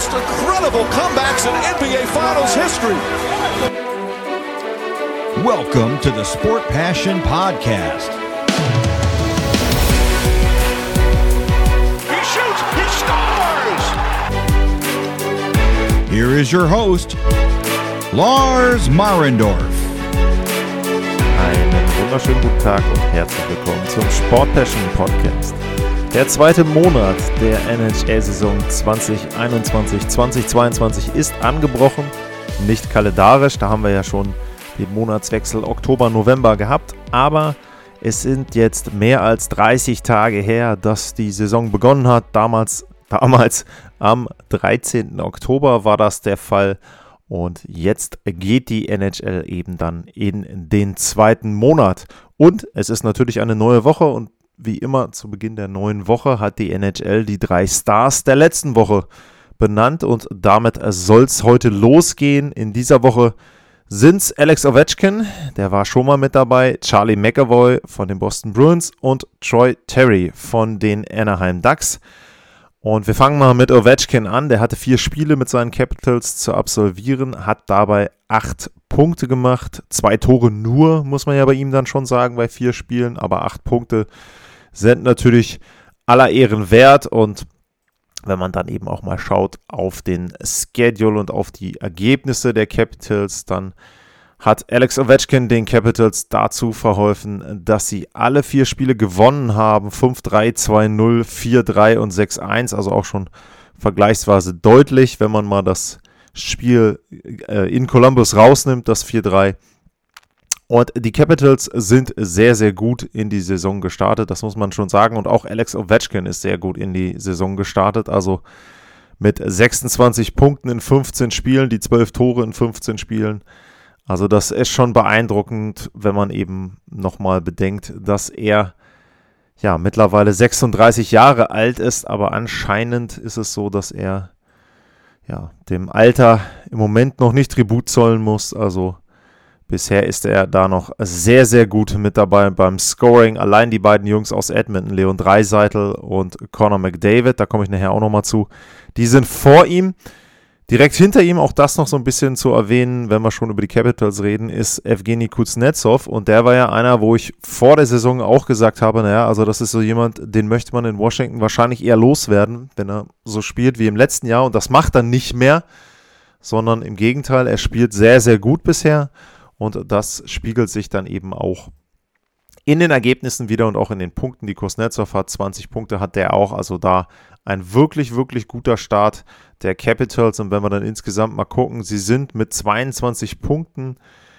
most incredible comebacks in NBA Finals history. Welcome to the Sport Passion Podcast. He shoots, he scores! Here is your host, Lars Marendorf. Einen wunderschönen guten Tag und herzlich willkommen zum Sport Passion Podcast. Der zweite Monat der NHL-Saison 2021-2022 ist angebrochen, nicht kalendarisch, da haben wir ja schon den Monatswechsel Oktober-November gehabt, aber es sind jetzt mehr als 30 Tage her, dass die Saison begonnen hat. Damals am 13. Oktober war das der Fall und jetzt geht die NHL eben dann in den zweiten Monat. Und es ist natürlich eine neue Woche und wie immer zu Beginn der neuen Woche hat die NHL die 3 Stars der letzten Woche benannt und damit soll es heute losgehen. In dieser Woche sind es Alex Ovechkin, der war schon mal mit dabei, Charlie McAvoy von den Boston Bruins und Troy Terry von den Anaheim Ducks. Und wir fangen mal mit Ovechkin an. Der hatte 4 Spiele mit seinen Capitals zu absolvieren, hat dabei 8 Punkte gemacht. 2 Tore nur, muss man ja bei ihm dann schon sagen, bei 4 Spielen. Aber 8 Punkte sind natürlich aller Ehren wert. Und wenn man dann eben auch mal schaut auf den Schedule und auf die Ergebnisse der Capitals, dann hat Alex Ovechkin den Capitals dazu verholfen, dass sie alle 4 Spiele gewonnen haben. 5-3, 2-0, 4-3 und 6-1. Also auch schon vergleichsweise deutlich, wenn man mal das Spiel in Columbus rausnimmt, das 4-3. Und die Capitals sind sehr, sehr gut in die Saison gestartet. Das muss man schon sagen. Und auch Alex Ovechkin ist sehr gut in die Saison gestartet. Also mit 26 Punkten in 15 Spielen, die 12 Tore in 15 Spielen. Also das ist schon beeindruckend, wenn man eben nochmal bedenkt, dass er ja mittlerweile 36 Jahre alt ist, aber anscheinend ist es so, dass er ja dem Alter im Moment noch nicht Tribut zollen muss. Also bisher ist er da noch sehr, sehr gut mit dabei beim Scoring. Allein die beiden Jungs aus Edmonton, Leon Draisaitl und Connor McDavid, da komme ich nachher auch nochmal zu, die sind vor ihm. Direkt hinter ihm, auch das noch so ein bisschen zu erwähnen, wenn wir schon über die Capitals reden, ist Evgeny Kuznetsov. Und der war ja einer, wo ich vor der Saison auch gesagt habe, naja, also das ist so jemand, den möchte man in Washington wahrscheinlich eher loswerden, wenn er so spielt wie im letzten Jahr. Und das macht er nicht mehr, sondern im Gegenteil, er spielt sehr, sehr gut bisher. Und das spiegelt sich dann eben auch in den Ergebnissen wieder und auch in den Punkten, die Kuznetsov hat. 20 Punkte hat der auch, also da ein wirklich, wirklich guter Start der Capitals. Und wenn wir dann insgesamt mal gucken, sie sind mit 22 Punkten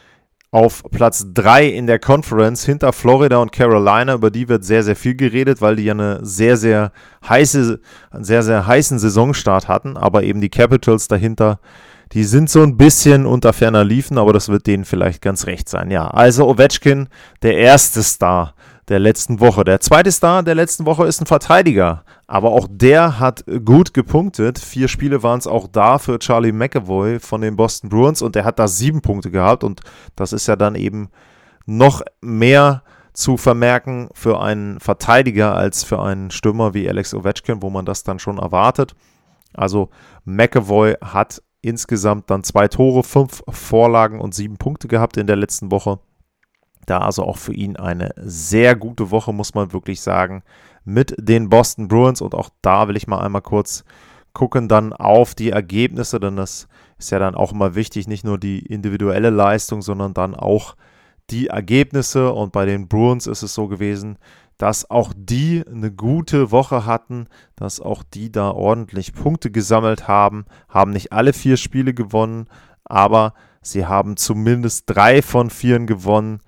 auf Platz 3 in der Conference hinter Florida und Carolina. Über die wird sehr, sehr viel geredet, weil die ja einen sehr, sehr heißen Saisonstart hatten. Aber eben die Capitals dahinter, die sind so ein bisschen unter ferner Liefen, aber das wird denen vielleicht ganz recht sein. Ja, also Ovechkin, der erste Star der letzten Woche. Der zweite Star der letzten Woche ist ein Verteidiger, aber auch der hat gut gepunktet. 4 Spiele waren es auch da für Charlie McAvoy von den Boston Bruins und der hat da 7 Punkte gehabt und das ist ja dann eben noch mehr zu vermerken für einen Verteidiger als für einen Stürmer wie Alex Ovechkin, wo man das dann schon erwartet. Also McAvoy hat insgesamt dann 2 Tore, 5 Vorlagen und 7 Punkte gehabt in der letzten Woche. Da also auch für ihn eine sehr gute Woche, muss man wirklich sagen, mit den Boston Bruins. Und auch da will ich mal einmal kurz gucken dann auf die Ergebnisse, denn das ist ja dann auch immer wichtig, nicht nur die individuelle Leistung, sondern dann auch die Ergebnisse. Und bei den Bruins ist es so gewesen, dass auch die eine gute Woche hatten, dass auch die da ordentlich Punkte gesammelt haben nicht alle 4 Spiele gewonnen, aber sie haben zumindest 3 von 4 gewonnen,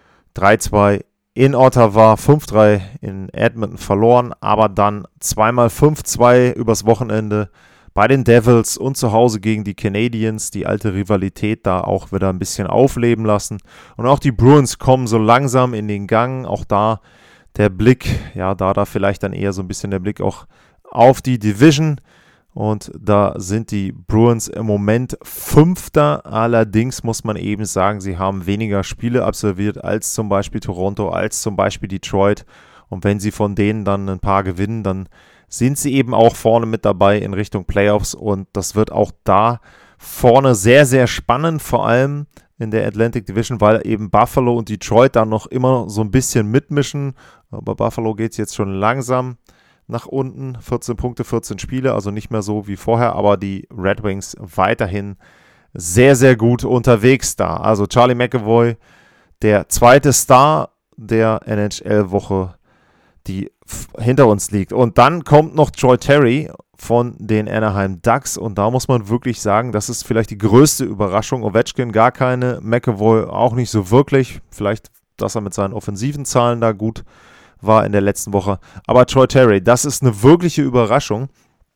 3-2 in Ottawa, 5-3 in Edmonton verloren, aber dann zweimal 5-2 übers Wochenende bei den Devils und zu Hause gegen die Canadiens, die alte Rivalität da auch wieder ein bisschen aufleben lassen. Und auch die Bruins kommen so langsam in den Gang, auch da der Blick, ja, da vielleicht dann eher so ein bisschen der Blick auch auf die Division. Und da sind die Bruins im Moment 5. Allerdings muss man eben sagen, sie haben weniger Spiele absolviert als zum Beispiel Toronto, als zum Beispiel Detroit. Und wenn sie von denen dann ein paar gewinnen, dann sind sie eben auch vorne mit dabei in Richtung Playoffs und das wird auch da vorne sehr, sehr spannend, vor allem in der Atlantic Division, weil eben Buffalo und Detroit da noch immer so ein bisschen mitmischen. Bei Buffalo geht es jetzt schon langsam nach unten, 14 Punkte, 14 Spiele, also nicht mehr so wie vorher, aber die Red Wings weiterhin sehr, sehr gut unterwegs da. Also Charlie McAvoy, der zweite Star der NHL-Woche, die hinter uns liegt. Und dann kommt noch Troy Terry von den Anaheim Ducks und da muss man wirklich sagen, das ist vielleicht die größte Überraschung. Ovechkin gar keine, McAvoy auch nicht so wirklich. Vielleicht, dass er mit seinen offensiven Zahlen da gut war in der letzten Woche. Aber Troy Terry, das ist eine wirkliche Überraschung.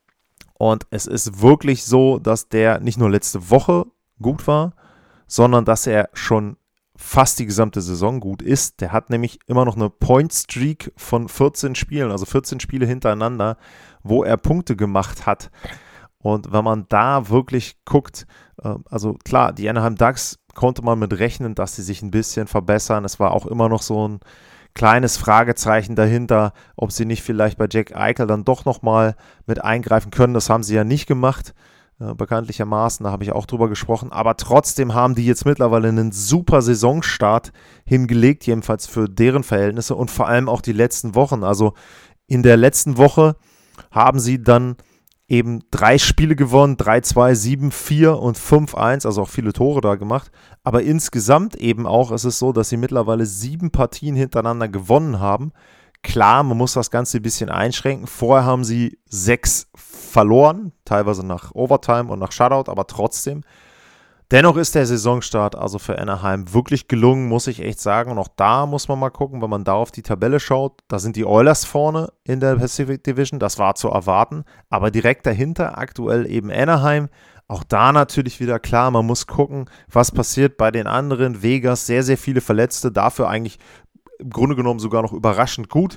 Und es ist wirklich so, dass der nicht nur letzte Woche gut war, sondern dass er schon fast die gesamte Saison gut ist. Der hat nämlich immer noch eine Point-Streak von 14 Spielen, also 14 Spiele hintereinander, wo er Punkte gemacht hat. Und wenn man da wirklich guckt, also klar, die Anaheim Ducks konnte man mit rechnen, dass sie sich ein bisschen verbessern. Es war auch immer noch so ein kleines Fragezeichen dahinter, ob sie nicht vielleicht bei Jack Eichel dann doch nochmal mit eingreifen können. Das haben sie ja nicht gemacht, bekanntlichermaßen, da habe ich auch drüber gesprochen. Aber trotzdem haben die jetzt mittlerweile einen super Saisonstart hingelegt, jedenfalls für deren Verhältnisse und vor allem auch die letzten Wochen. Also in der letzten Woche haben sie dann eben 3 Spiele gewonnen, 3-2, 7-4 und 5-1, also auch viele Tore da gemacht. Aber insgesamt eben auch ist es so, dass sie mittlerweile 7 Partien hintereinander gewonnen haben. Klar, man muss das Ganze ein bisschen einschränken. Vorher haben sie 6 verloren, teilweise nach Overtime und nach Shutout, aber trotzdem. Dennoch ist der Saisonstart also für Anaheim wirklich gelungen, muss ich echt sagen. Und auch da muss man mal gucken, wenn man da auf die Tabelle schaut. Da sind die Oilers vorne in der Pacific Division, das war zu erwarten. Aber direkt dahinter aktuell eben Anaheim. Auch da natürlich wieder klar, man muss gucken, was passiert bei den anderen. Vegas, sehr, sehr viele Verletzte, dafür eigentlich im Grunde genommen sogar noch überraschend gut.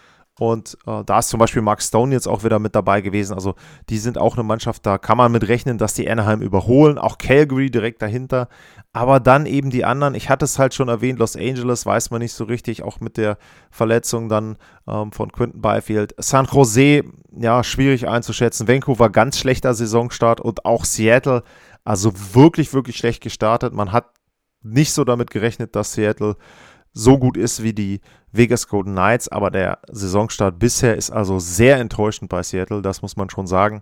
Und da ist zum Beispiel Mark Stone jetzt auch wieder mit dabei gewesen. Also die sind auch eine Mannschaft, da kann man mit rechnen, dass die Anaheim überholen. Auch Calgary direkt dahinter. Aber dann eben die anderen, ich hatte es halt schon erwähnt, Los Angeles weiß man nicht so richtig, auch mit der Verletzung dann von Quinton Byfield. San Jose, ja, schwierig einzuschätzen. Vancouver, ganz schlechter Saisonstart. Und auch Seattle, also wirklich, wirklich schlecht gestartet. Man hat nicht so damit gerechnet, dass Seattle so gut ist wie die Vegas Golden Knights, aber der Saisonstart bisher ist also sehr enttäuschend bei Seattle, das muss man schon sagen.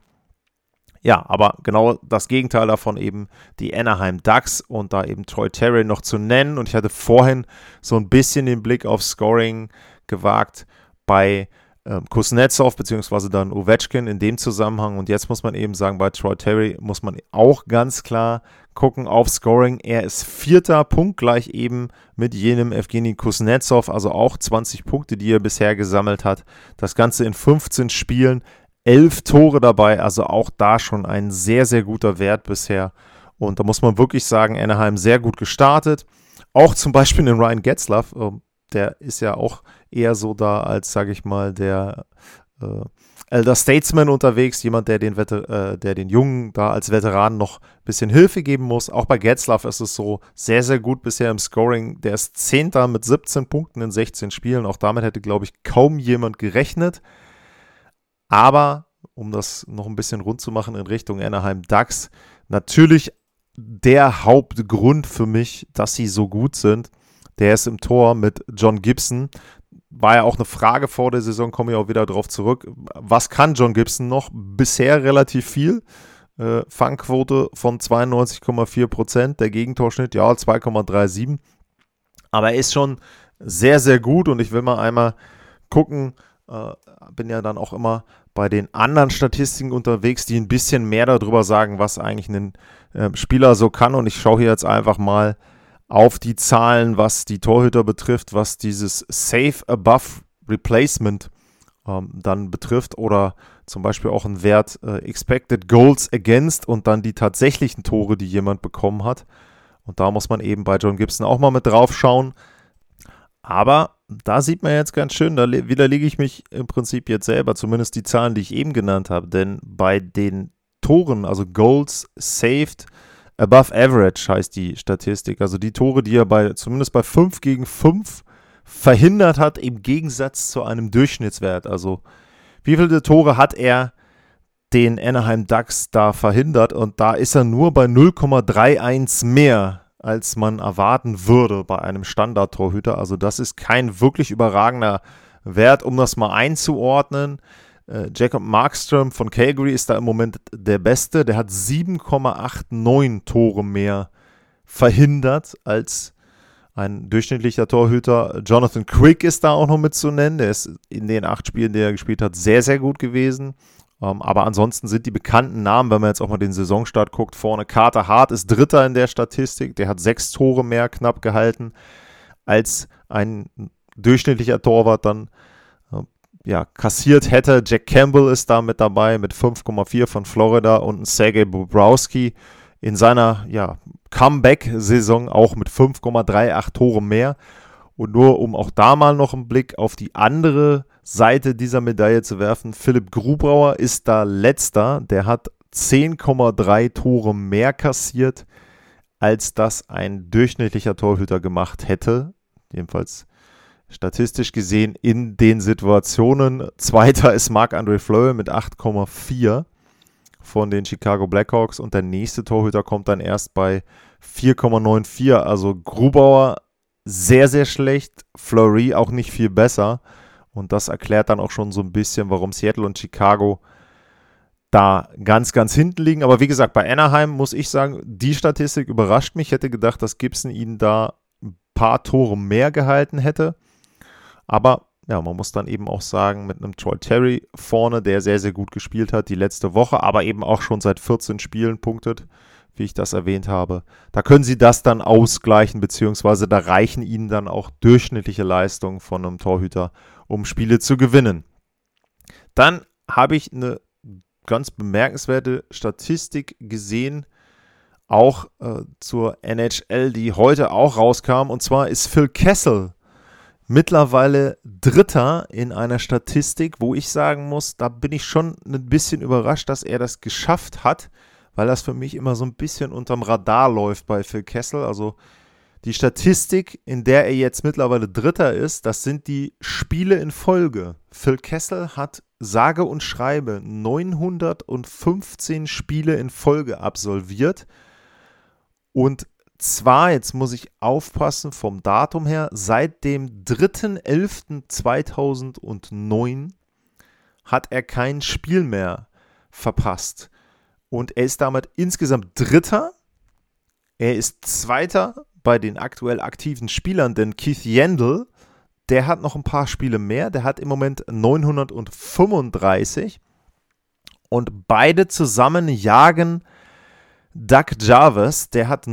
Ja, aber genau das Gegenteil davon eben die Anaheim Ducks und da eben Troy Terry noch zu nennen. Und ich hatte vorhin so ein bisschen den Blick auf Scoring gewagt bei Kuznetsov beziehungsweise dann Ovechkin in dem Zusammenhang. Und jetzt muss man eben sagen, bei Troy Terry muss man auch ganz klar gucken auf Scoring. Er ist 4. punktgleich eben mit jenem Evgeny Kuznetsov, also auch 20 Punkte, die er bisher gesammelt hat. Das Ganze in 15 Spielen, 11 Tore dabei, also auch da schon ein sehr, sehr guter Wert bisher. Und da muss man wirklich sagen, Anaheim sehr gut gestartet. Auch zum Beispiel den Ryan Getzlaf, der ist ja auch eher so da als, sage ich mal, der Elder Statesman unterwegs, jemand, der den Jungen da als Veteran noch ein bisschen Hilfe geben muss. Auch bei Getzlaf ist es so sehr, sehr gut bisher im Scoring. Der ist 10. mit 17 Punkten in 16 Spielen. Auch damit hätte, glaube ich, kaum jemand gerechnet. Aber, um das noch ein bisschen rund zu machen in Richtung Anaheim Ducks, natürlich der Hauptgrund für mich, dass sie so gut sind, der ist im Tor mit John Gibson. War ja auch eine Frage vor der Saison, komme ich auch wieder drauf zurück. Was kann John Gibson noch? Bisher relativ viel. Fangquote von 92,4%. Der Gegentorschnitt, ja, 2,37. Aber er ist schon sehr, sehr gut und ich will mal einmal gucken, bin ja dann auch immer bei den anderen Statistiken unterwegs, die ein bisschen mehr darüber sagen, was eigentlich ein Spieler so kann. Und ich schaue hier jetzt einfach mal auf die Zahlen, was die Torhüter betrifft, was dieses Save Above Replacement dann betrifft oder zum Beispiel auch ein Wert Expected Goals Against und dann die tatsächlichen Tore, die jemand bekommen hat. Und da muss man eben bei John Gibson auch mal mit drauf schauen. Aber da sieht man jetzt ganz schön, da widerlege ich mich im Prinzip jetzt selber, zumindest die Zahlen, die ich eben genannt habe. Denn bei den Toren, also Goals saved, Above Average heißt die Statistik, also die Tore, die er zumindest bei 5 gegen 5 verhindert hat, im Gegensatz zu einem Durchschnittswert, also Wie viele Tore hat er den Anaheim Ducks da verhindert? Und da ist er nur bei 0,31 mehr, als man erwarten würde bei einem Standardtorhüter. Also das ist kein wirklich überragender Wert, um das mal einzuordnen. Jacob Markstrom von Calgary ist da im Moment der Beste. Der hat 7,89 Tore mehr verhindert als ein durchschnittlicher Torhüter. Jonathan Quick ist da auch noch mit zu nennen. Der ist in den 8 Spielen, die er gespielt hat, sehr, sehr gut gewesen. Aber ansonsten sind die bekannten Namen, wenn man jetzt auch mal den Saisonstart guckt, vorne Carter Hart ist Dritter in der Statistik. Der hat 6 Tore mehr knapp gehalten als ein durchschnittlicher Torwart dann kassiert hätte. Jack Campbell ist da mit dabei mit 5,4 von Florida und Sergei Bobrovsky in seiner Comeback-Saison auch mit 5,38 Tore mehr. Und nur um auch da mal noch einen Blick auf die andere Seite dieser Medaille zu werfen, Philipp Grubauer ist da Letzter. Der hat 10,3 Tore mehr kassiert, als das ein durchschnittlicher Torhüter gemacht hätte. Jedenfalls statistisch gesehen in den Situationen. Zweiter ist Marc-André Fleury mit 8,4 von den Chicago Blackhawks und der nächste Torhüter kommt dann erst bei 4,94. Also Grubauer sehr, sehr schlecht, Fleury auch nicht viel besser und das erklärt dann auch schon so ein bisschen, warum Seattle und Chicago da ganz, ganz hinten liegen. Aber wie gesagt, bei Anaheim muss ich sagen, die Statistik überrascht mich. Ich hätte gedacht, dass Gibson ihnen da ein paar Tore mehr gehalten hätte. Aber ja, man muss dann eben auch sagen, mit einem Troy Terry vorne, der sehr, sehr gut gespielt hat die letzte Woche, aber eben auch schon seit 14 Spielen punktet, wie ich das erwähnt habe. Da können sie das dann ausgleichen, beziehungsweise da reichen ihnen dann auch durchschnittliche Leistungen von einem Torhüter, um Spiele zu gewinnen. Dann habe ich eine ganz bemerkenswerte Statistik gesehen, auch zur NHL, die heute auch rauskam, und zwar ist Phil Kessel mittlerweile Dritter in einer Statistik, wo ich sagen muss, da bin ich schon ein bisschen überrascht, dass er das geschafft hat, weil das für mich immer so ein bisschen unterm Radar läuft bei Phil Kessel. Also die Statistik, in der er jetzt mittlerweile Dritter ist, das sind die Spiele in Folge. Phil Kessel hat sage und schreibe 915 Spiele in Folge absolviert und zwar, jetzt muss ich aufpassen vom Datum her, seit dem 3.11.2009 hat er kein Spiel mehr verpasst. Und er ist damit insgesamt Dritter. Er ist Zweiter bei den aktuell aktiven Spielern, denn Keith Yandle, der hat noch ein paar Spiele mehr. Der hat im Moment 935. Und beide zusammen jagen Doug Jarvis, der hat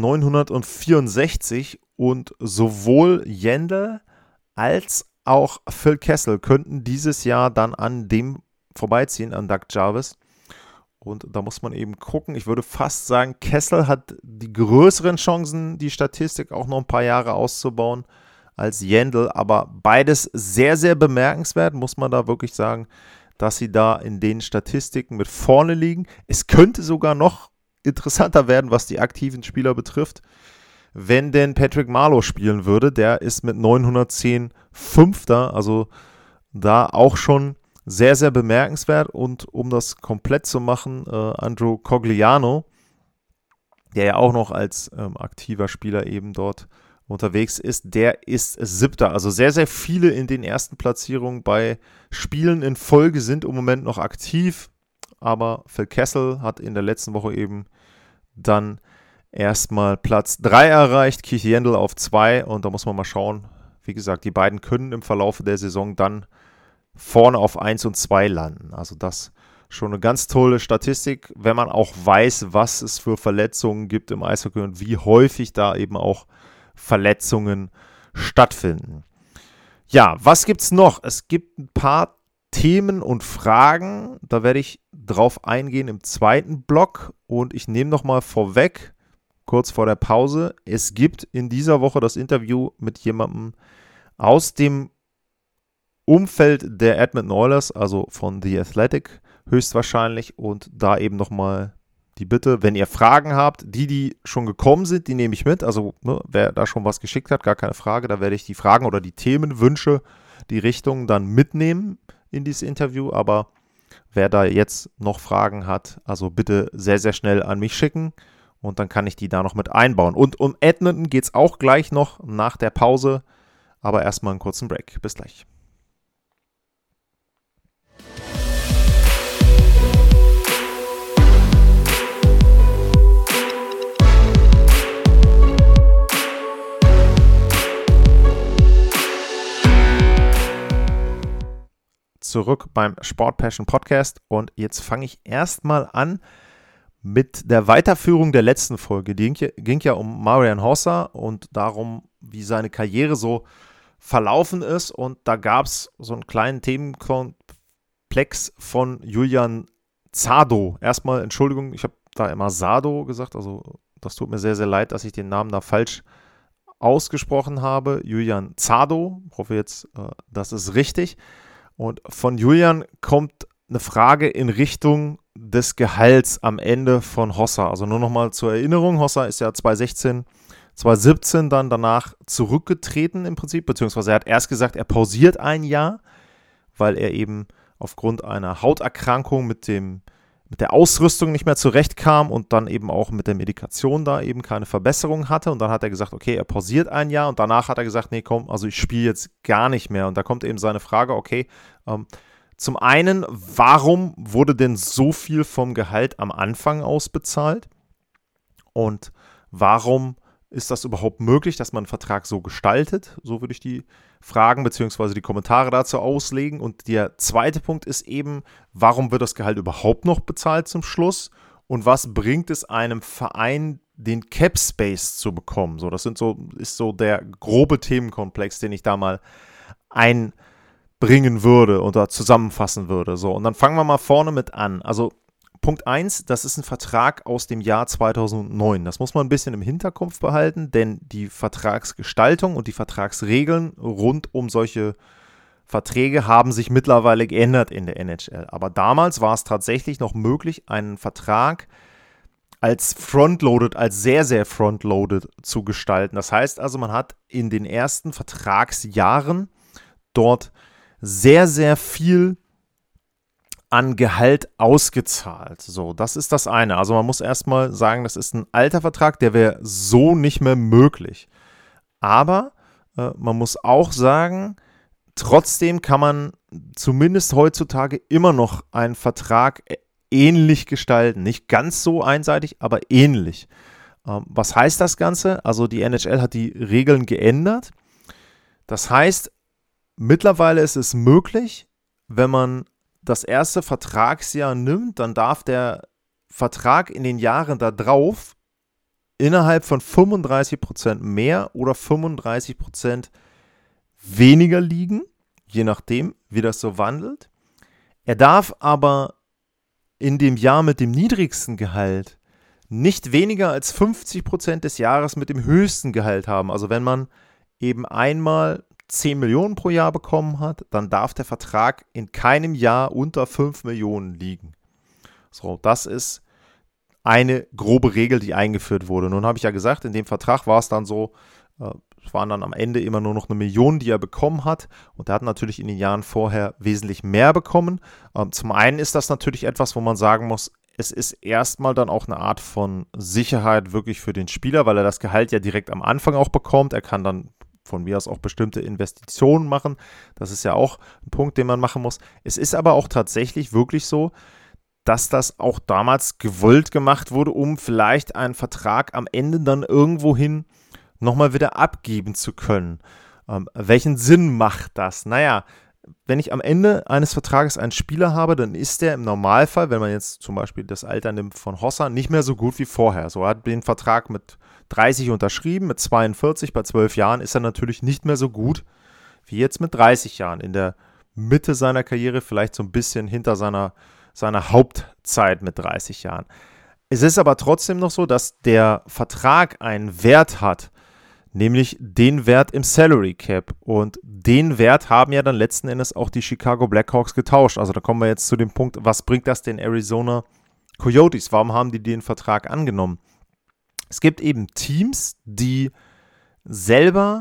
964 und sowohl Yandle als auch Phil Kessel könnten dieses Jahr dann an dem vorbeiziehen, an Doug Jarvis. Und da muss man eben gucken. Ich würde fast sagen, Kessel hat die größeren Chancen, die Statistik auch noch ein paar Jahre auszubauen als Yandle. Aber beides sehr, sehr bemerkenswert, muss man da wirklich sagen, dass sie da in den Statistiken mit vorne liegen. Es könnte sogar noch interessanter werden, was die aktiven Spieler betrifft, wenn denn Patrick Marleau spielen würde. Der ist mit 910 Fünfter, also da auch schon sehr, sehr bemerkenswert. Und um das komplett zu machen, Andrew Cogliano, der ja auch noch als aktiver Spieler eben dort unterwegs ist, der ist Siebter. Also sehr, sehr viele in den ersten Platzierungen bei Spielen in Folge sind im Moment noch aktiv. Aber Phil Kessel hat in der letzten Woche eben dann erstmal Platz 3 erreicht, Keith Yandle auf 2 und da muss man mal schauen. Wie gesagt, die beiden können im Verlauf der Saison dann vorne auf 1 und 2 landen. Also das schon eine ganz tolle Statistik, wenn man auch weiß, was es für Verletzungen gibt im Eishockey und wie häufig da eben auch Verletzungen stattfinden. Ja, was gibt's noch? Es gibt ein paar Themen und Fragen, da werde ich drauf eingehen im zweiten Block und ich nehme nochmal vorweg, kurz vor der Pause, es gibt in dieser Woche das Interview mit jemandem aus dem Umfeld der Edmonton Oilers, also von The Athletic höchstwahrscheinlich und da eben nochmal die Bitte, wenn ihr Fragen habt, die schon gekommen sind, die nehme ich mit, also wer da schon was geschickt hat, gar keine Frage, da werde ich die Fragen oder die Themenwünsche, die Richtungen dann mitnehmen in dieses Interview, aber wer da jetzt noch Fragen hat, also bitte sehr, sehr schnell an mich schicken und dann kann ich die da noch mit einbauen. Und um Edmonton geht es auch gleich noch nach der Pause, aber erstmal einen kurzen Break. Bis gleich. Zurück beim Sport Passion Podcast und jetzt fange ich erstmal an mit der Weiterführung der letzten Folge. Die ging ja um Marian Hossa und darum, wie seine Karriere so verlaufen ist, und da gab es so einen kleinen Themenkomplex von Julian Czado. Erstmal Entschuldigung, ich habe da immer Sado gesagt, also das tut mir sehr, sehr leid, dass ich den Namen da falsch ausgesprochen habe. Julian Czado, ich hoffe jetzt, das ist richtig. Und von Julian kommt eine Frage in Richtung des Gehalts am Ende von Hossa. Also nur nochmal zur Erinnerung, Hossa ist ja 2016, 2017 dann danach zurückgetreten im Prinzip, beziehungsweise er hat erst gesagt, er pausiert ein Jahr, weil er eben aufgrund einer Hauterkrankung mit der Ausrüstung nicht mehr zurechtkam und dann eben auch mit der Medikation da eben keine Verbesserung hatte. Und dann hat er gesagt, okay, er pausiert ein Jahr, und danach hat er gesagt, nee, komm, also ich spiele jetzt gar nicht mehr. Und da kommt eben seine Frage, okay, zum einen, warum wurde denn so viel vom Gehalt am Anfang ausbezahlt? Und warum ist das überhaupt möglich, dass man einen Vertrag so gestaltet? So würde ich die Fragen bzw. die Kommentare dazu auslegen. Und der zweite Punkt ist eben, warum wird das Gehalt überhaupt noch bezahlt zum Schluss? Und was bringt es einem Verein, den Cap Space zu bekommen? So, das ist so der grobe Themenkomplex, den ich da mal einbringen würde oder zusammenfassen würde. So, und dann fangen wir mal vorne mit an. Also Punkt 1, das ist ein Vertrag aus dem Jahr 2009. Das muss man ein bisschen im Hinterkopf behalten, denn die Vertragsgestaltung und die Vertragsregeln rund um solche Verträge haben sich mittlerweile geändert in der NHL. Aber damals war es tatsächlich noch möglich, einen Vertrag als frontloaded, als sehr, sehr frontloaded zu gestalten. Das heißt also, man hat in den ersten Vertragsjahren dort sehr, sehr viel an Gehalt ausgezahlt. So, das ist das eine. Also man muss erstmal sagen, das ist ein alter Vertrag, der wäre so nicht mehr möglich. Aber man muss auch sagen, trotzdem kann man zumindest heutzutage immer noch einen Vertrag ähnlich gestalten. Nicht ganz so einseitig, aber ähnlich. Was heißt das Ganze? Also die NHL hat die Regeln geändert. Das heißt, mittlerweile ist es möglich, wenn man das erste Vertragsjahr nimmt, dann darf der Vertrag in den Jahren darauf innerhalb von 35% mehr oder 35% weniger liegen, je nachdem, wie das so wandelt. Er darf aber in dem Jahr mit dem niedrigsten Gehalt nicht weniger als 50% des Jahres mit dem höchsten Gehalt haben. Also wenn man eben einmal 10 Millionen pro Jahr bekommen hat, dann darf der Vertrag in keinem Jahr unter 5 Millionen liegen. So, das ist eine grobe Regel, die eingeführt wurde. Nun habe ich ja gesagt, in dem Vertrag war es dann so, es waren dann am Ende immer nur noch 1 Million, die er bekommen hat, und er hat natürlich in den Jahren vorher wesentlich mehr bekommen. Zum einen ist das natürlich etwas, wo man sagen muss, es ist erstmal dann auch eine Art von Sicherheit wirklich für den Spieler, weil er das Gehalt ja direkt am Anfang auch bekommt. Er kann dann von mir aus auch bestimmte Investitionen machen. Das ist ja auch ein Punkt, den man machen muss. Es ist aber auch tatsächlich wirklich so, dass das auch damals gewollt gemacht wurde, um vielleicht einen Vertrag am Ende dann irgendwohin nochmal wieder abgeben zu können. Welchen Sinn macht das? Naja, wenn ich am Ende eines Vertrages einen Spieler habe, dann ist der im Normalfall, wenn man jetzt zum Beispiel das Alter nimmt von Hossa, nicht mehr so gut wie vorher. So, er hat den Vertrag mit 30 unterschrieben, mit 42, bei 12 Jahren ist er natürlich nicht mehr so gut wie jetzt mit 30 Jahren. In der Mitte seiner Karriere, vielleicht so ein bisschen hinter seiner Hauptzeit mit 30 Jahren. Es ist aber trotzdem noch so, dass der Vertrag einen Wert hat, nämlich den Wert im Salary Cap. Und den Wert haben ja dann letzten Endes auch die Chicago Blackhawks getauscht. Also da kommen wir jetzt zu dem Punkt, was bringt das den Arizona Coyotes? Warum haben die den Vertrag angenommen? Es gibt eben Teams, die selber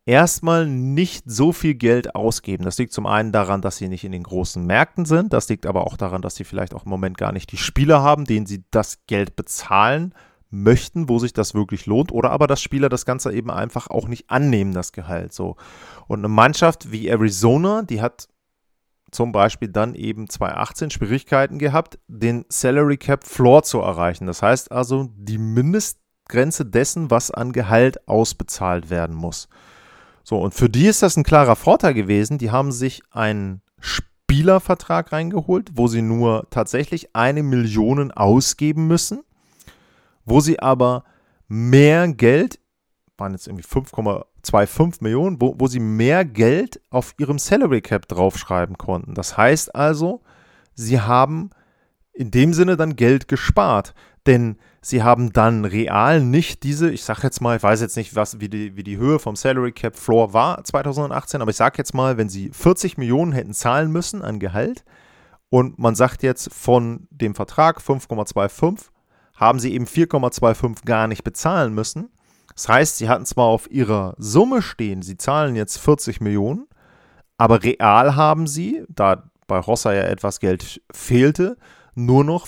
erstmal nicht so viel Geld ausgeben. Das liegt zum einen daran, dass sie nicht in den großen Märkten sind. Das liegt aber auch daran, dass sie vielleicht auch im Moment gar nicht die Spieler haben, denen sie das Geld bezahlen möchten, wo sich das wirklich lohnt. Oder aber, dass Spieler das Ganze eben einfach auch nicht annehmen, das Gehalt. So. Und eine Mannschaft wie Arizona, die hat zum Beispiel dann eben 2018 Schwierigkeiten gehabt, den Salary Cap Floor zu erreichen. Das heißt also die Mindestgrenze dessen, was an Gehalt ausbezahlt werden muss. So, und für die ist das ein klarer Vorteil gewesen. Die haben sich einen Spielervertrag reingeholt, wo sie nur tatsächlich 1 Million ausgeben müssen, wo sie aber mehr Geld, waren jetzt irgendwie 5,25 Millionen, wo sie mehr Geld auf ihrem Salary Cap draufschreiben konnten. Das heißt also, sie haben in dem Sinne dann Geld gespart, denn sie haben dann real nicht diese, ich sage jetzt mal, ich weiß jetzt nicht, wie die Höhe vom Salary Cap Floor war 2018, aber ich sage jetzt mal, wenn sie 40 Millionen hätten zahlen müssen an Gehalt und man sagt jetzt von dem Vertrag 5,25, haben sie eben 4,25 gar nicht bezahlen müssen. Das heißt, sie hatten zwar auf ihrer Summe stehen, sie zahlen jetzt 40 Millionen, aber real haben sie, da bei Rossa ja etwas Geld fehlte, nur noch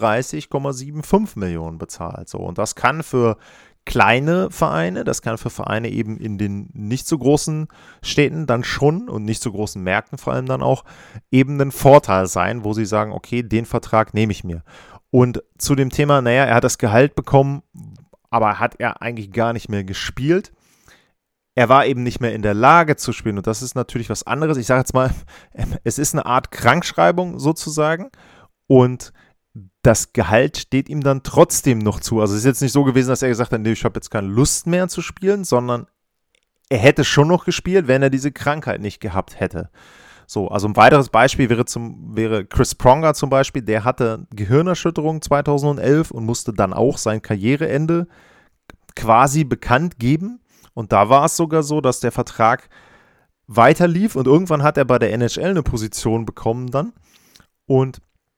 35,75 Millionen bezahlt. So, und das kann für kleine Vereine, das kann für Vereine eben in den nicht so großen Städten dann schon und nicht so großen Märkten vor allem dann auch eben ein Vorteil sein, wo sie sagen, okay, den Vertrag nehme ich mir. Und zu dem Thema, naja, er hat das Gehalt bekommen, aber hat er eigentlich gar nicht mehr gespielt. Er war eben nicht mehr in der Lage zu spielen und das ist natürlich was anderes. Ich sage jetzt mal, es ist eine Art Krankschreibung sozusagen. Und das Gehalt steht ihm dann trotzdem noch zu. Also es ist jetzt nicht so gewesen, dass er gesagt hat, nee, ich habe jetzt keine Lust mehr zu spielen, sondern er hätte schon noch gespielt, wenn er diese Krankheit nicht gehabt hätte. So, also ein weiteres Beispiel wäre Chris Pronger zum Beispiel. Der hatte Gehirnerschütterung 2011 und musste dann auch sein Karriereende quasi bekannt geben. Und da war es sogar so, dass der Vertrag weiter lief und irgendwann hat er bei der NHL eine Position bekommen dann. Und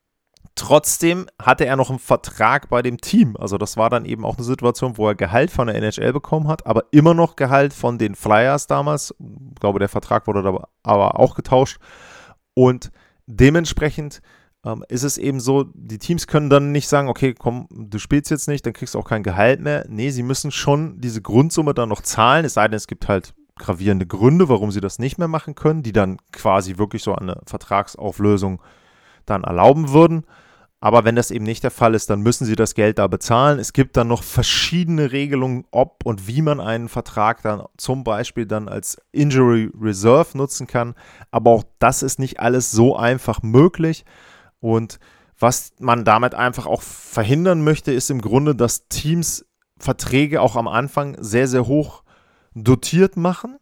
trotzdem hatte er noch einen Vertrag bei dem Team. Also das war dann eben auch eine Situation, wo er Gehalt von der NHL bekommen hat, aber immer noch Gehalt von den Flyers damals. Ich glaube, der Vertrag wurde da aber auch getauscht. Und dementsprechend ist es eben so, die Teams können dann nicht sagen, okay, komm, du spielst jetzt nicht, dann kriegst du auch kein Gehalt mehr. Nee, sie müssen schon diese Grundsumme dann noch zahlen, es sei denn, es gibt halt gravierende Gründe, warum sie das nicht mehr machen können, die dann quasi wirklich so eine Vertragsauflösung dann erlauben würden. Aber wenn das eben nicht der Fall ist, dann müssen sie das Geld da bezahlen. Es gibt dann noch verschiedene Regelungen, ob und wie man einen Vertrag dann zum Beispiel dann als Injury Reserve nutzen kann. Aber auch das ist nicht alles so einfach möglich. Und was man damit einfach auch verhindern möchte, ist im Grunde, dass Teams Verträge auch am Anfang sehr, sehr hoch dotiert machen.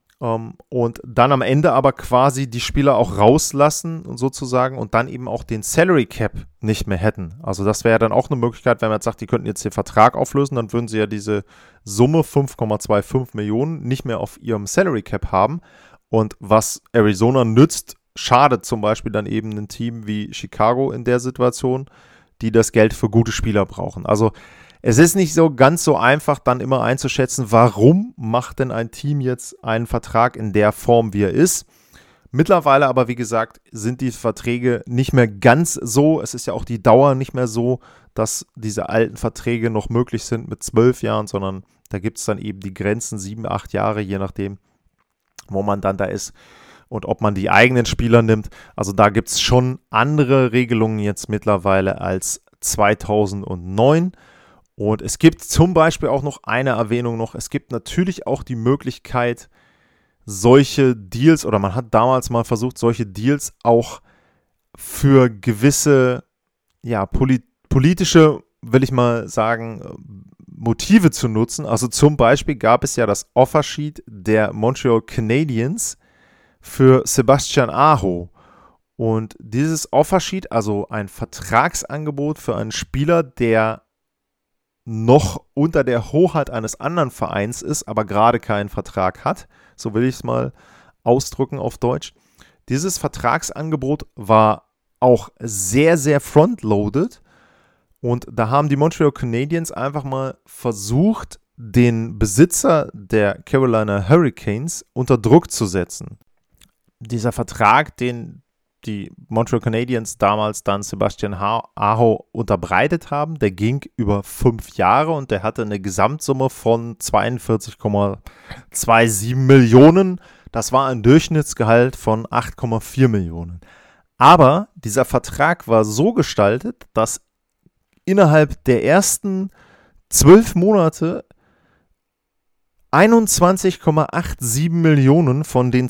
Und dann am Ende aber quasi die Spieler auch rauslassen sozusagen und dann eben auch den Salary Cap nicht mehr hätten. Also das wäre dann auch eine Möglichkeit, wenn man jetzt sagt, die könnten jetzt den Vertrag auflösen, dann würden sie ja diese Summe 5,25 Millionen nicht mehr auf ihrem Salary Cap haben. Und was Arizona nützt, schadet zum Beispiel dann eben ein Team wie Chicago in der Situation, die das Geld für gute Spieler brauchen. Also es ist nicht so ganz so einfach, dann immer einzuschätzen, warum macht denn ein Team jetzt einen Vertrag in der Form, wie er ist. Mittlerweile aber, wie gesagt, sind die Verträge nicht mehr ganz so. Es ist ja auch die Dauer nicht mehr so, dass diese alten Verträge noch möglich sind mit 12 Jahren, sondern da gibt es dann eben die Grenzen 7, 8 Jahre, je nachdem, wo man dann da ist und ob man die eigenen Spieler nimmt. Also da gibt es schon andere Regelungen jetzt mittlerweile als 2009. Und es gibt zum Beispiel auch noch eine Erwähnung noch, es gibt natürlich auch die Möglichkeit, solche Deals, oder man hat damals mal versucht, solche Deals auch für gewisse, ja, politische, will ich mal sagen, Motive zu nutzen. Also zum Beispiel gab es ja das Offersheet der Montreal Canadiens für Sebastian Aho. Und dieses Offersheet, also ein Vertragsangebot für einen Spieler, der noch unter der Hoheit eines anderen Vereins ist, aber gerade keinen Vertrag hat, so will ich es mal ausdrücken auf Deutsch. Dieses Vertragsangebot war auch sehr, sehr frontloaded und da haben die Montreal Canadiens einfach mal versucht, den Besitzer der Carolina Hurricanes unter Druck zu setzen. Dieser Vertrag, den die Montreal Canadiens damals dann Sebastian Aho unterbreitet haben, der ging über 5 Jahre und der hatte eine Gesamtsumme von 42,27 Millionen. Das war ein Durchschnittsgehalt von 8,4 Millionen. Aber dieser Vertrag war so gestaltet, dass innerhalb der ersten 12 Monate 21,87 Millionen von den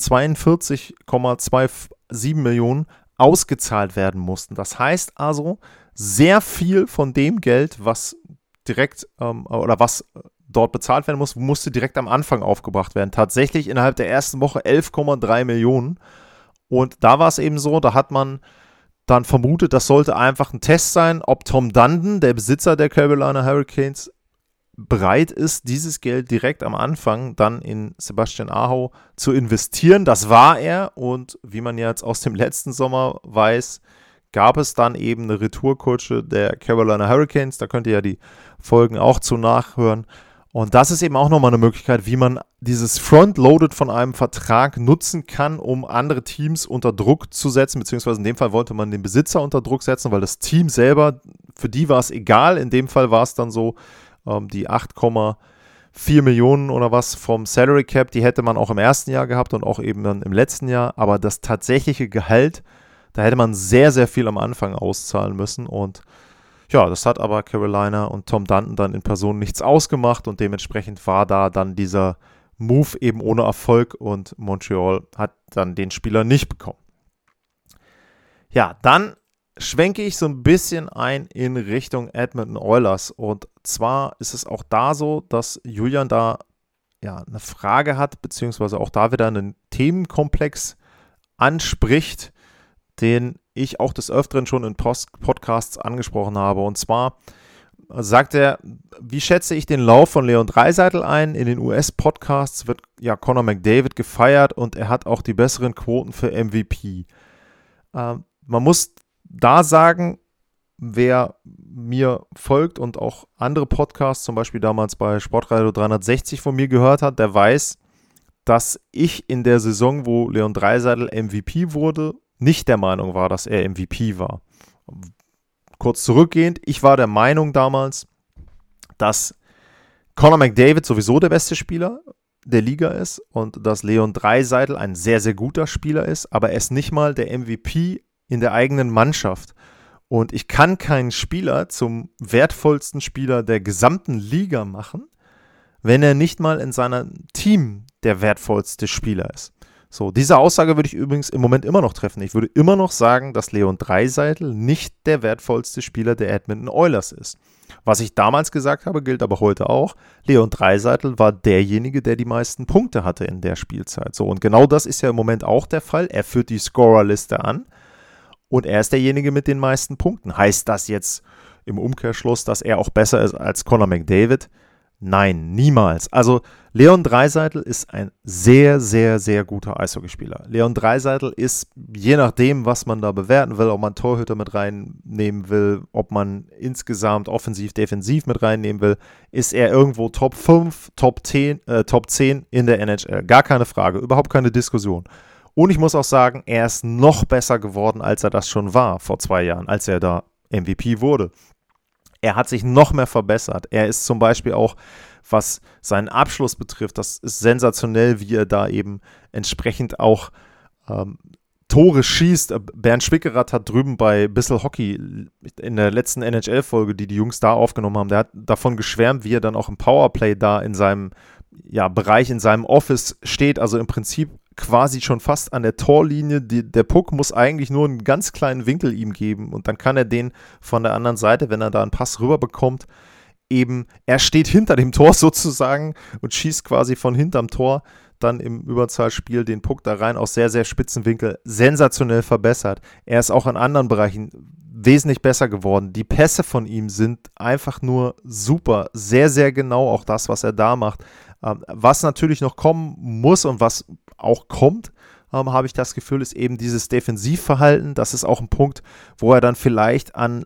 42,27 Millionen ausgezahlt werden mussten. Das heißt also, sehr viel von dem Geld, was direkt oder was dort bezahlt werden muss, musste direkt am Anfang aufgebracht werden. Tatsächlich innerhalb der ersten Woche 11,3 Millionen. Und da war es eben so, da hat man dann vermutet, das sollte einfach ein Test sein, ob Tom Dundon, der Besitzer der Carolina Hurricanes, bereit ist, dieses Geld direkt am Anfang dann in Sebastian Aho zu investieren. Das war er und wie man jetzt aus dem letzten Sommer weiß, gab es dann eben eine Retourkutsche der Carolina Hurricanes. Da könnt ihr ja die Folgen auch zu nachhören. Und das ist eben auch nochmal eine Möglichkeit, wie man dieses Frontloaded von einem Vertrag nutzen kann, um andere Teams unter Druck zu setzen, beziehungsweise in dem Fall wollte man den Besitzer unter Druck setzen, weil das Team selber, für die war es egal. In dem Fall war es dann so, die 8,4 Millionen oder was vom Salary Cap, die hätte man auch im ersten Jahr gehabt und auch eben dann im letzten Jahr. Aber das tatsächliche Gehalt, da hätte man sehr, sehr viel am Anfang auszahlen müssen. Und ja, das hat aber Carolina und Tom Dundon dann in Person nichts ausgemacht. Und dementsprechend war da dann dieser Move eben ohne Erfolg und Montreal hat dann den Spieler nicht bekommen. Ja, dann schwenke ich so ein bisschen ein in Richtung Edmonton Oilers. Und zwar ist es auch da so, dass Julian da ja eine Frage hat, beziehungsweise auch da wieder einen Themenkomplex anspricht, den ich auch des Öfteren schon in Podcasts angesprochen habe. Und zwar sagt er, wie schätze ich den Lauf von Leon Draisaitl ein? In den US-Podcasts wird ja Connor McDavid gefeiert und er hat auch die besseren Quoten für MVP. Man muss da sagen, wer mir folgt und auch andere Podcasts, zum Beispiel damals bei Sportradio 360 von mir gehört hat, der weiß, dass ich in der Saison, wo Leon Draisaitl MVP wurde, nicht der Meinung war, dass er MVP war. Kurz zurückgehend, ich war der Meinung damals, dass Connor McDavid sowieso der beste Spieler der Liga ist und dass Leon Draisaitl ein sehr, sehr guter Spieler ist, aber er ist nicht mal der MVP in der eigenen Mannschaft. Und ich kann keinen Spieler zum wertvollsten Spieler der gesamten Liga machen, wenn er nicht mal in seinem Team der wertvollste Spieler ist. So, diese Aussage würde ich übrigens im Moment immer noch treffen. Ich würde immer noch sagen, dass Leon Draisaitl nicht der wertvollste Spieler der Edmonton Oilers ist. Was ich damals gesagt habe, gilt aber heute auch. Leon Draisaitl war derjenige, der die meisten Punkte hatte in der Spielzeit. So, und genau das ist ja im Moment auch der Fall. Er führt die Scorerliste an und er ist derjenige mit den meisten Punkten. Heißt das jetzt im Umkehrschluss, dass er auch besser ist als Connor McDavid? Nein, niemals. Also Leon Draisaitl ist ein sehr, sehr, sehr guter Eishockeyspieler. Leon Draisaitl ist, je nachdem, was man da bewerten will, ob man Torhüter mit reinnehmen will, ob man insgesamt offensiv, defensiv mit reinnehmen will, ist er irgendwo Top 5, Top 10 in der NHL. Gar keine Frage, überhaupt keine Diskussion. Und ich muss auch sagen, er ist noch besser geworden, als er das schon war vor 2 Jahren, als er da MVP wurde. Er hat sich noch mehr verbessert. Er ist zum Beispiel auch, was seinen Abschluss betrifft, das ist sensationell, wie er da eben entsprechend auch Tore schießt. Bernd Schwickerath hat drüben bei Bissl Hockey in der letzten NHL-Folge, die Jungs da aufgenommen haben, der hat davon geschwärmt, wie er dann auch im Powerplay da in seinem Bereich, in seinem Office steht. Also im Prinzip quasi schon fast an der Torlinie. Der Puck muss eigentlich nur einen ganz kleinen Winkel ihm geben und dann kann er den von der anderen Seite, wenn er da einen Pass rüber bekommt, eben, er steht hinter dem Tor sozusagen und schießt quasi von hinterm Tor dann im Überzahlspiel den Puck da rein aus sehr, sehr spitzen Winkel. Sensationell verbessert. Er ist auch in anderen Bereichen wesentlich besser geworden. Die Pässe von ihm sind einfach nur super. Sehr, sehr genau auch das, was er da macht. Was natürlich noch kommen muss und was auch kommt, habe ich das Gefühl, ist eben dieses Defensivverhalten. Das ist auch ein Punkt, wo er dann vielleicht an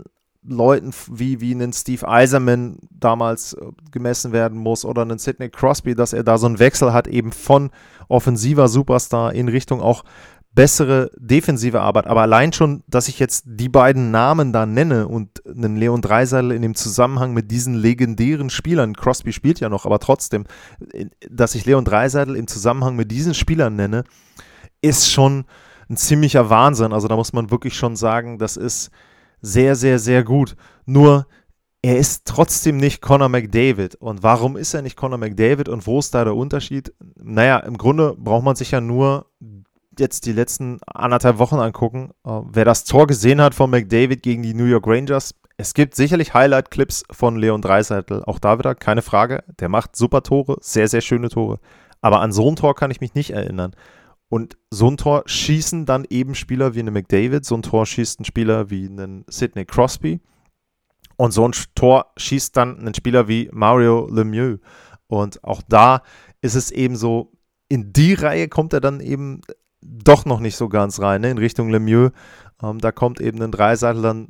Leuten wie einen Steve Yzerman damals gemessen werden muss oder einen Sidney Crosby, dass er da so einen Wechsel hat, eben von offensiver Superstar in Richtung auch bessere defensive Arbeit. Aber allein schon, dass ich jetzt die beiden Namen da nenne und einen Leon Draisaitl in dem Zusammenhang mit diesen legendären Spielern, Crosby spielt ja noch, aber trotzdem, dass ich Leon Draisaitl im Zusammenhang mit diesen Spielern nenne, ist schon ein ziemlicher Wahnsinn. Also da muss man wirklich schon sagen, das ist sehr, sehr, sehr gut. Nur, er ist trotzdem nicht Connor McDavid. Und warum ist er nicht Connor McDavid und wo ist da der Unterschied? Naja, im Grunde braucht man sich ja nur jetzt die letzten 1,5 Wochen angucken. Wer das Tor gesehen hat von McDavid gegen die New York Rangers, es gibt sicherlich Highlight-Clips von Leon Draisaitl. Auch da wieder, keine Frage. Der macht super Tore, sehr, sehr schöne Tore. Aber an so ein Tor kann ich mich nicht erinnern. Und so ein Tor schießen dann eben Spieler wie eine McDavid, so ein Tor schießt ein Spieler wie einen Sidney Crosby und so ein Tor schießt dann ein Spieler wie Mario Lemieux. Und auch da ist es eben so, in die Reihe kommt er dann eben doch noch nicht so ganz rein, ne? In Richtung Lemieux. Da kommt eben ein Draisaitl dann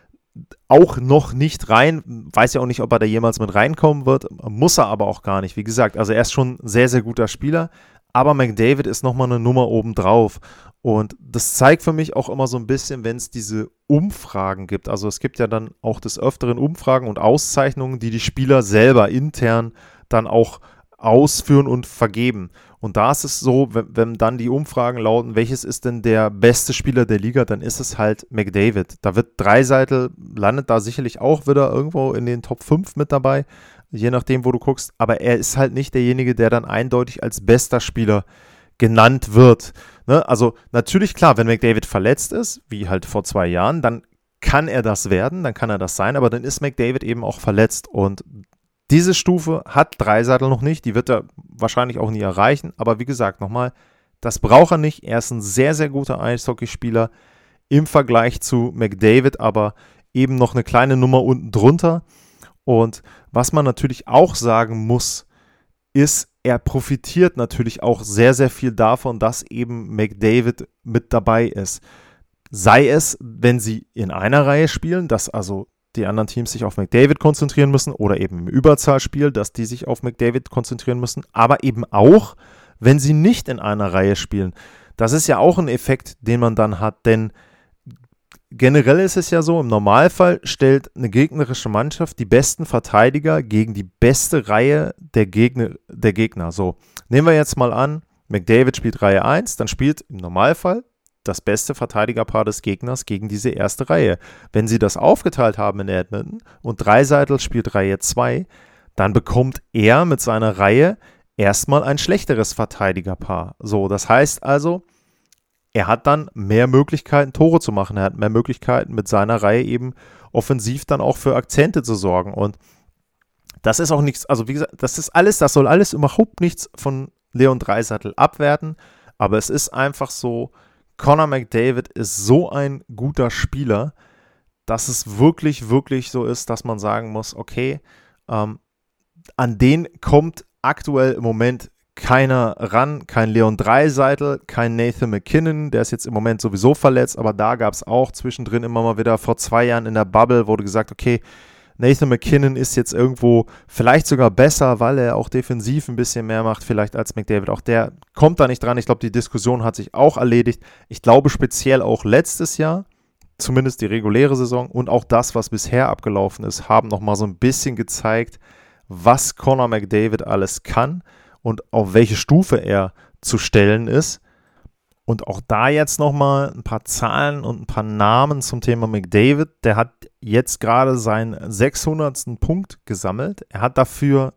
auch noch nicht rein. Weiß ja auch nicht, ob er da jemals mit reinkommen wird. Muss er aber auch gar nicht. Wie gesagt, also er ist schon ein sehr, sehr guter Spieler. Aber McDavid ist nochmal eine Nummer obendrauf. Und das zeigt für mich auch immer so ein bisschen, wenn es diese Umfragen gibt. Also es gibt ja dann auch des Öfteren Umfragen und Auszeichnungen, die Spieler selber intern dann auch ausführen und vergeben. Und da ist es so, wenn dann die Umfragen lauten, welches ist denn der beste Spieler der Liga, dann ist es halt McDavid. Da wird Draisaitl, landet da sicherlich auch wieder irgendwo in den Top 5 mit dabei, je nachdem, wo du guckst. Aber er ist halt nicht derjenige, der dann eindeutig als bester Spieler genannt wird. Ne? Also natürlich, klar, wenn McDavid verletzt ist, wie halt vor 2 Jahren, dann kann er das werden, dann kann er das sein, aber dann ist McDavid eben auch verletzt. Und diese Stufe hat Draisaitl noch nicht, die wird er wahrscheinlich auch nie erreichen, aber wie gesagt, nochmal, das braucht er nicht, er ist ein sehr, sehr guter Eishockeyspieler im Vergleich zu McDavid, aber eben noch eine kleine Nummer unten drunter. Und was man natürlich auch sagen muss, ist, er profitiert natürlich auch sehr, sehr viel davon, dass eben McDavid mit dabei ist. Sei es, wenn sie in einer Reihe spielen, dass also die anderen Teams sich auf McDavid konzentrieren müssen oder eben im Überzahlspiel, dass die sich auf McDavid konzentrieren müssen, aber eben auch, wenn sie nicht in einer Reihe spielen. Das ist ja auch ein Effekt, den man dann hat, denn generell ist es ja so, im Normalfall stellt eine gegnerische Mannschaft die besten Verteidiger gegen die beste Reihe der Gegner. So, nehmen wir jetzt mal an, McDavid spielt Reihe 1, dann spielt im Normalfall das beste Verteidigerpaar des Gegners gegen diese erste Reihe. Wenn sie das aufgeteilt haben in Edmonton und Draisaitl spielt Reihe 2, dann bekommt er mit seiner Reihe erstmal ein schlechteres Verteidigerpaar. So, das heißt also, er hat dann mehr Möglichkeiten, Tore zu machen. Er hat mehr Möglichkeiten, mit seiner Reihe eben offensiv dann auch für Akzente zu sorgen. Und das ist auch nichts, also wie gesagt, das soll alles überhaupt nichts von Leon Draisaitl abwerten, aber es ist einfach so, Connor McDavid ist so ein guter Spieler, dass es wirklich, wirklich so ist, dass man sagen muss, okay, an den kommt aktuell im Moment keiner ran, kein Leon Draisaitl, kein Nathan MacKinnon, der ist jetzt im Moment sowieso verletzt, aber da gab es auch zwischendrin immer mal wieder, vor 2 Jahren in der Bubble wurde gesagt, okay, Nathan MacKinnon ist jetzt irgendwo vielleicht sogar besser, weil er auch defensiv ein bisschen mehr macht, vielleicht als McDavid. Auch der kommt da nicht dran. Ich glaube, die Diskussion hat sich auch erledigt. Ich glaube, speziell auch letztes Jahr, zumindest die reguläre Saison und auch das, was bisher abgelaufen ist, haben nochmal so ein bisschen gezeigt, was Connor McDavid alles kann und auf welche Stufe er zu stellen ist. Und auch da jetzt nochmal ein paar Zahlen und ein paar Namen zum Thema McDavid. Der hat jetzt gerade seinen 600. Punkt gesammelt. Er hat dafür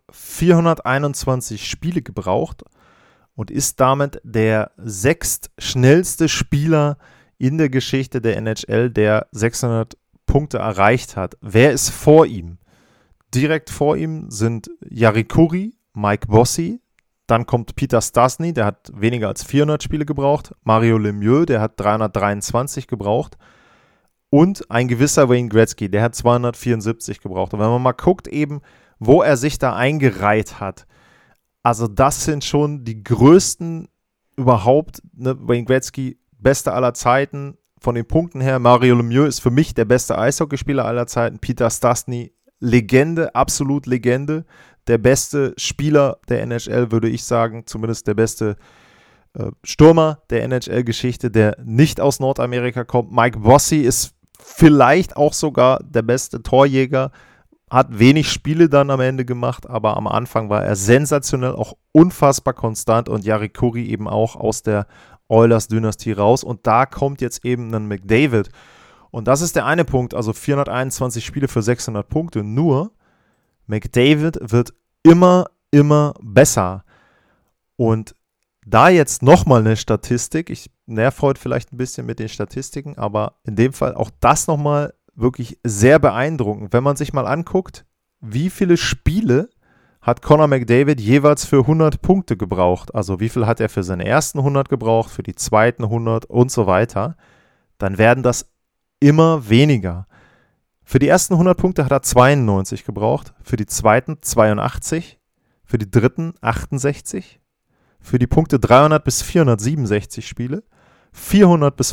421 Spiele gebraucht und ist damit der 6. schnellste Spieler in der Geschichte der NHL, der 600 Punkte erreicht hat. Wer ist vor ihm? Direkt vor ihm sind Jari Kurri, Mike Bossy. Dann kommt Peter Stastny, der hat weniger als 400 Spiele gebraucht. Mario Lemieux, der hat 323 gebraucht. Und ein gewisser Wayne Gretzky, der hat 274 gebraucht. Und wenn man mal guckt eben, wo er sich da eingereiht hat, also das sind schon die größten überhaupt, ne? Wayne Gretzky, bester aller Zeiten, von den Punkten her. Mario Lemieux ist für mich der beste Eishockeyspieler aller Zeiten. Peter Stastny, Legende, absolut Legende. Der beste Spieler der NHL, würde ich sagen. Zumindest der beste Stürmer der NHL-Geschichte, der nicht aus Nordamerika kommt. Mike Bossy ist vielleicht auch sogar der beste Torjäger. Hat wenig Spiele dann am Ende gemacht, aber am Anfang war er sensationell, auch unfassbar konstant. Und Jari Kurri eben auch aus der Oilers-Dynastie raus. Und da kommt jetzt eben ein McDavid. Und das ist der eine Punkt, also 421 Spiele für 600 Punkte. Nur, McDavid wird immer besser. Und da jetzt nochmal eine Statistik, ich nerv heute vielleicht ein bisschen mit den Statistiken, aber in dem Fall auch das nochmal wirklich sehr beeindruckend. Wenn man sich mal anguckt, wie viele Spiele hat Connor McDavid jeweils für 100 Punkte gebraucht. Also wie viel hat er für seine ersten 100 gebraucht, für die zweiten 100 und so weiter. Dann werden das immer weniger. Für die ersten 100 Punkte hat er 92 gebraucht, für die zweiten 82, für die dritten 68, für die Punkte 300 bis 467 Spiele, 400 bis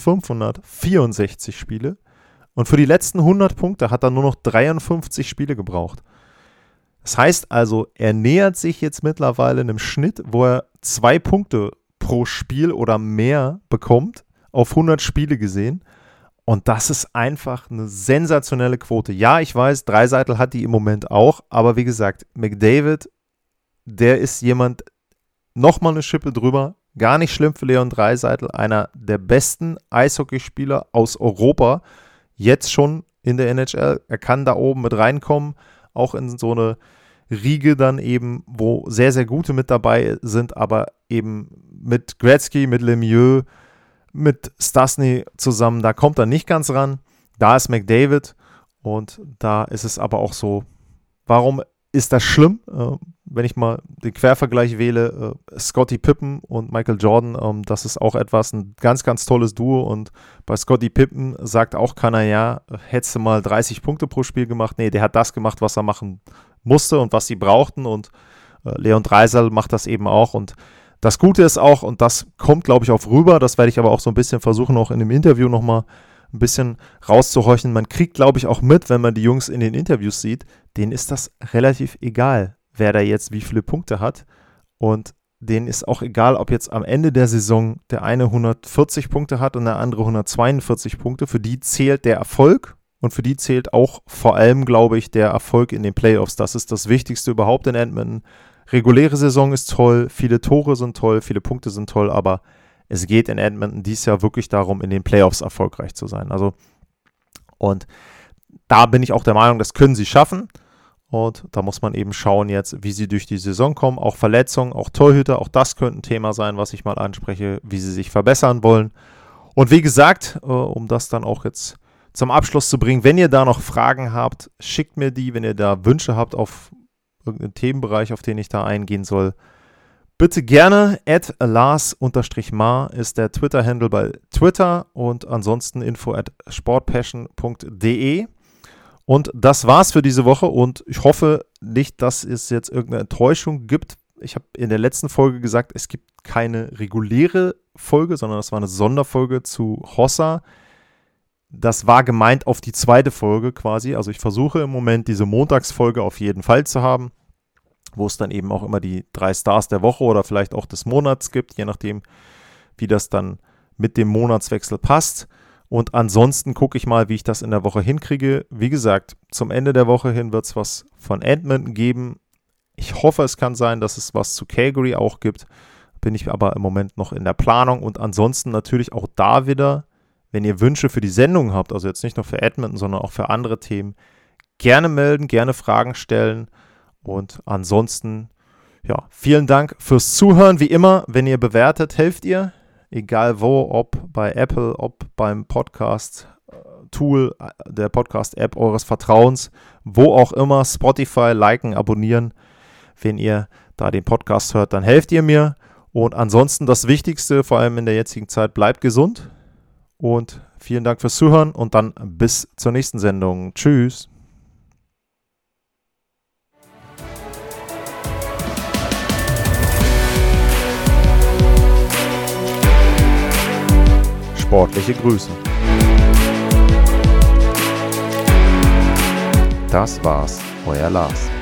564 Spiele und für die letzten 100 Punkte hat er nur noch 53 Spiele gebraucht. Das heißt also, er nähert sich jetzt mittlerweile einem Schnitt, wo er 2 Punkte pro Spiel oder mehr bekommt, auf 100 Spiele gesehen. Und das ist einfach eine sensationelle Quote. Ja, ich weiß, Draisaitl hat die im Moment auch, aber wie gesagt, McDavid, der ist jemand, nochmal eine Schippe drüber, gar nicht schlimm für Leon Draisaitl, einer der besten Eishockeyspieler aus Europa, jetzt schon in der NHL. Er kann da oben mit reinkommen, auch in so eine Riege dann eben, wo sehr, sehr gute mit dabei sind, aber eben mit Gretzky, mit Lemieux, mit Stastny zusammen, da kommt er nicht ganz ran. Da ist McDavid und da ist es aber auch so, warum ist das schlimm? Wenn ich mal den Quervergleich wähle, Scottie Pippen und Michael Jordan, das ist auch etwas, ein ganz, ganz tolles Duo und bei Scottie Pippen sagt auch keiner, ja, hättest du mal 30 Punkte pro Spiel gemacht? Nee, der hat das gemacht, was er machen musste und was sie brauchten und Leon Draisaitl macht das eben auch und das Gute ist auch, und das kommt, glaube ich, auch rüber, das werde ich aber auch so ein bisschen versuchen, auch in dem Interview nochmal ein bisschen rauszuhorchen. Man kriegt, glaube ich, auch mit, wenn man die Jungs in den Interviews sieht, denen ist das relativ egal, wer da jetzt wie viele Punkte hat. Und denen ist auch egal, ob jetzt am Ende der Saison der eine 140 Punkte hat und der andere 142 Punkte. Für die zählt der Erfolg und für die zählt auch vor allem, glaube ich, der Erfolg in den Playoffs. Das ist das Wichtigste überhaupt in Edmonton. Reguläre Saison ist toll, viele Tore sind toll, viele Punkte sind toll, aber es geht in Edmonton dieses Jahr wirklich darum, in den Playoffs erfolgreich zu sein. Also, und da bin ich auch der Meinung, das können sie schaffen. Und da muss man eben schauen jetzt, wie sie durch die Saison kommen. Auch Verletzungen, auch Torhüter, auch das könnte ein Thema sein, was ich mal anspreche, wie sie sich verbessern wollen. Und wie gesagt, um das dann auch jetzt zum Abschluss zu bringen, wenn ihr da noch Fragen habt, schickt mir die, wenn ihr da Wünsche habt auf irgendeinen Themenbereich, auf den ich da eingehen soll. Bitte gerne, @Lars_Mar ist der Twitter-Handle bei Twitter und ansonsten info@sportpassion.de. Und das war's für diese Woche und ich hoffe nicht, dass es jetzt irgendeine Enttäuschung gibt. Ich habe in der letzten Folge gesagt, es gibt keine reguläre Folge, sondern das war eine Sonderfolge zu Hossa. Das war gemeint auf die zweite Folge quasi. Also ich versuche im Moment diese Montagsfolge auf jeden Fall zu haben, wo es dann eben auch immer die 3 Stars der Woche oder vielleicht auch des Monats gibt, je nachdem, wie das dann mit dem Monatswechsel passt. Und ansonsten gucke ich mal, wie ich das in der Woche hinkriege. Wie gesagt, zum Ende der Woche hin wird es was von Edmonton geben. Ich hoffe, es kann sein, dass es was zu Calgary auch gibt. Bin ich aber im Moment noch in der Planung. Und ansonsten natürlich auch da wieder, wenn ihr Wünsche für die Sendung habt, also jetzt nicht nur für Edmonton, sondern auch für andere Themen, gerne melden, gerne Fragen stellen. Und ansonsten, ja, vielen Dank fürs Zuhören. Wie immer, wenn ihr bewertet, helft ihr. Egal wo, ob bei Apple, ob beim Podcast-Tool, der Podcast-App eures Vertrauens, wo auch immer, Spotify, liken, abonnieren. Wenn ihr da den Podcast hört, dann helft ihr mir. Und ansonsten das Wichtigste, vor allem in der jetzigen Zeit, bleibt gesund. Und vielen Dank fürs Zuhören und dann bis zur nächsten Sendung. Tschüss. Sportliche Grüße. Das war's, euer Lars.